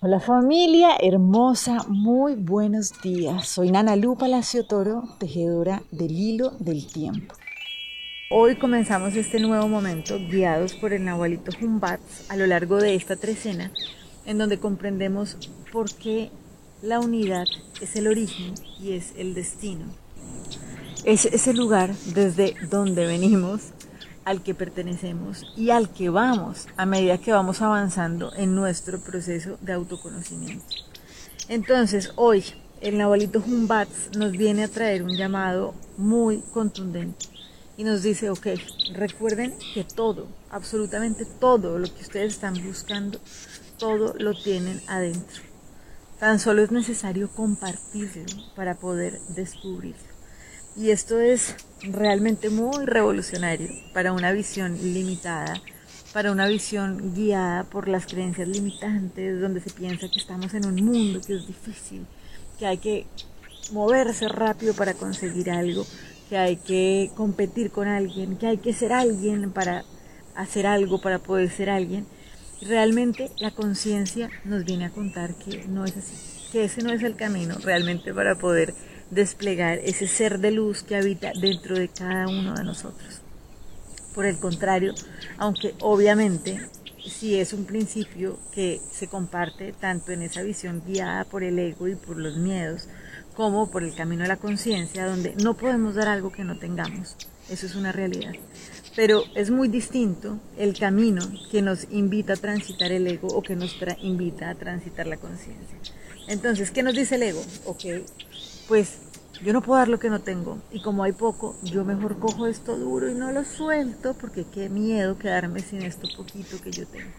Hola familia hermosa, muy buenos días. Soy Nana Lu Palacio Toro, tejedora del hilo del tiempo. Hoy comenzamos este nuevo momento guiados por el Nahualito Humbats a lo largo de esta trecena, en donde comprendemos por qué la unidad es el origen y es el destino. Es ese lugar desde donde venimos, al que pertenecemos y al que vamos a medida que vamos avanzando en nuestro proceso de autoconocimiento. Entonces, hoy el Nahualito Humbats nos viene a traer un llamado muy contundente y nos dice, ok, recuerden que todo, absolutamente todo lo que ustedes están buscando, todo lo tienen adentro. Tan solo es necesario compartirlo para poder descubrirlo. Y esto es realmente muy revolucionario para una visión limitada, para una visión guiada por las creencias limitantes, donde se piensa que estamos en un mundo que es difícil, que hay que moverse rápido para conseguir algo, que hay que competir con alguien, que hay que ser alguien para hacer algo, para poder ser alguien. Y realmente la conciencia nos viene a contar que no es así, que ese no es el camino realmente para poder desplegar ese ser de luz que habita dentro de cada uno de nosotros. Por el contrario, aunque obviamente sí es un principio que se comparte tanto en esa visión guiada por el ego y por los miedos, como por el camino de la conciencia, donde no podemos dar algo que no tengamos. Eso es una realidad. Pero es muy distinto el camino que nos invita a transitar el ego o que nos invita a transitar la conciencia. Entonces, ¿qué nos dice el ego? Ok, pues yo no puedo dar lo que no tengo y como hay poco, yo mejor cojo esto duro y no lo suelto porque qué miedo quedarme sin esto poquito que yo tengo.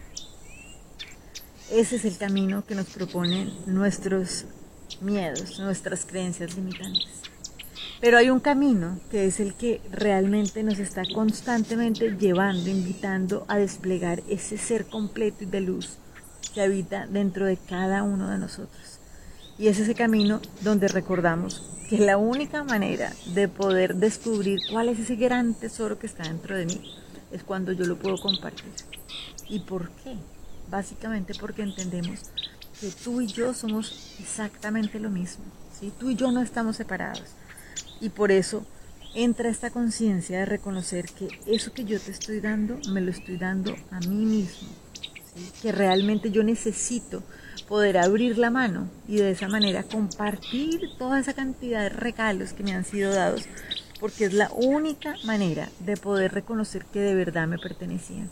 Ese es el camino que nos proponen nuestros miedos, nuestras creencias limitantes. Pero hay un camino que es el que realmente nos está constantemente llevando, invitando a desplegar ese ser completo y de luz que habita dentro de cada uno de nosotros. Y es ese camino donde recordamos que la única manera de poder descubrir cuál es ese gran tesoro que está dentro de mí es cuando yo lo puedo compartir. ¿Y por qué? Básicamente porque entendemos que tú y yo somos exactamente lo mismo, ¿sí? Tú y yo no estamos separados. Y por eso entra esta conciencia de reconocer que eso que yo te estoy dando, me lo estoy dando a mí mismo, ¿sí? Que realmente yo necesito poder abrir la mano y de esa manera compartir toda esa cantidad de regalos que me han sido dados, porque es la única manera de poder reconocer que de verdad me pertenecían.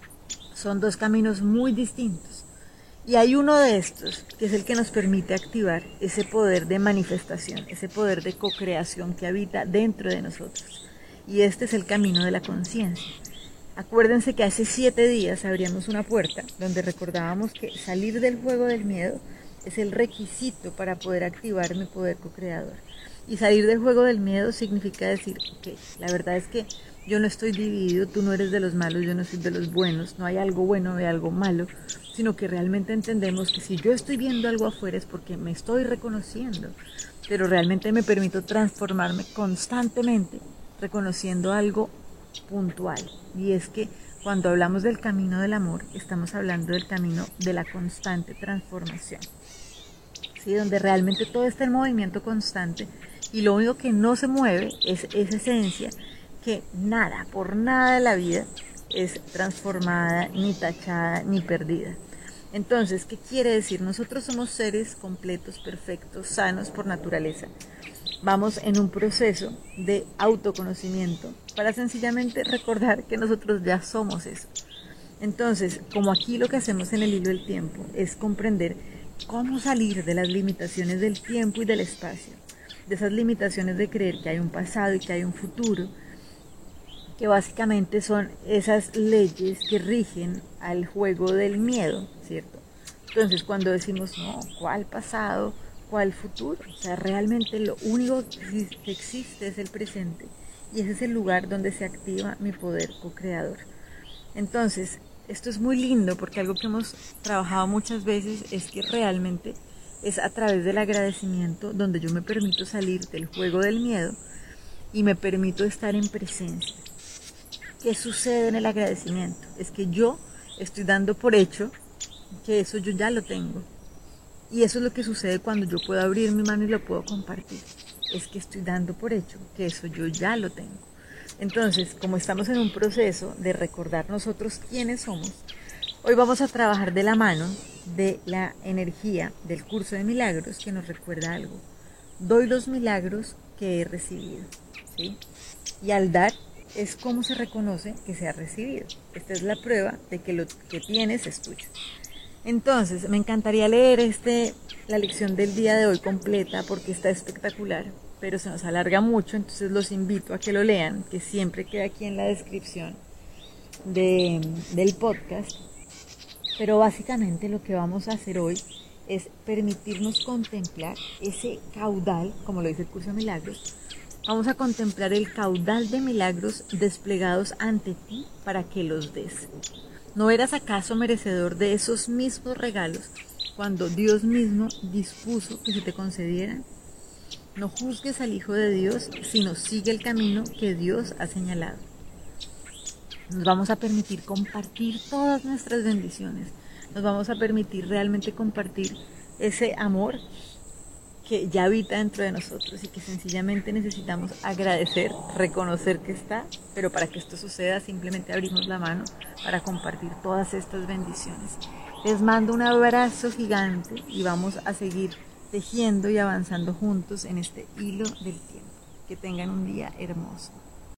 Son dos caminos muy distintos. Y hay uno de estos, que es el que nos permite activar ese poder de manifestación, ese poder de co-creación que habita dentro de nosotros. Y este es el camino de la conciencia. Acuérdense que hace 7 días abríamos una puerta donde recordábamos que salir del juego del miedo es el requisito para poder activar mi poder co-creador. Y salir del juego del miedo significa decir, ok, la verdad es que yo no estoy dividido, tú no eres de los malos, yo no soy de los buenos, no hay algo bueno o algo malo, sino que realmente entendemos que si yo estoy viendo algo afuera es porque me estoy reconociendo, pero realmente me permito transformarme constantemente reconociendo algo puntual, y es que cuando hablamos del camino del amor estamos hablando del camino de la constante transformación, ¿sí? Donde realmente todo está en movimiento constante y lo único que no se mueve es esa esencia que nada, por nada de la vida es transformada, ni tachada, ni perdida. Entonces, ¿qué quiere decir? Nosotros somos seres completos, perfectos, sanos por naturaleza. Vamos en un proceso de autoconocimiento para sencillamente recordar que nosotros ya somos eso. Entonces, como aquí lo que hacemos en el hilo del tiempo es comprender cómo salir de las limitaciones del tiempo y del espacio, de esas limitaciones de creer que hay un pasado y que hay un futuro, que básicamente son esas leyes que rigen al juego del miedo, ¿cierto? Entonces, cuando decimos, no, ¿cuál pasado? ¿Cuál futuro? O sea, realmente lo único que existe es el presente y ese es el lugar donde se activa mi poder co-creador. Entonces, esto es muy lindo porque algo que hemos trabajado muchas veces es que realmente es a través del agradecimiento donde yo me permito salir del juego del miedo y me permito estar en presencia. ¿Qué sucede en el agradecimiento? Es que yo estoy dando por hecho que eso yo ya lo tengo. Y eso es lo que sucede cuando yo puedo abrir mi mano y lo puedo compartir. Es que estoy dando por hecho que eso yo ya lo tengo. Entonces, como estamos en un proceso de recordar nosotros quiénes somos, hoy vamos a trabajar de la mano de la energía del curso de milagros que nos recuerda algo. Doy los milagros que he recibido, ¿sí? Y al dar es como se reconoce que se ha recibido. Esta es la prueba de que lo que tienes es tuyo. Entonces, me encantaría leer la lección del día de hoy completa porque está espectacular, pero se nos alarga mucho, entonces los invito a que lo lean, que siempre queda aquí en la descripción del podcast. Pero básicamente lo que vamos a hacer hoy es permitirnos contemplar ese caudal, como lo dice el curso de milagros. Vamos a contemplar el caudal de milagros desplegados ante ti para que los des. ¿No eras acaso merecedor de esos mismos regalos cuando Dios mismo dispuso que se te concedieran? No juzgues al Hijo de Dios, sino sigue el camino que Dios ha señalado. Nos vamos a permitir compartir todas nuestras bendiciones. Nos vamos a permitir realmente compartir ese amor que ya habita dentro de nosotros y que sencillamente necesitamos agradecer, reconocer que está, pero para que esto suceda simplemente abrimos la mano para compartir todas estas bendiciones. Les mando un abrazo gigante y vamos a seguir tejiendo y avanzando juntos en este hilo del tiempo. Que tengan un día hermoso.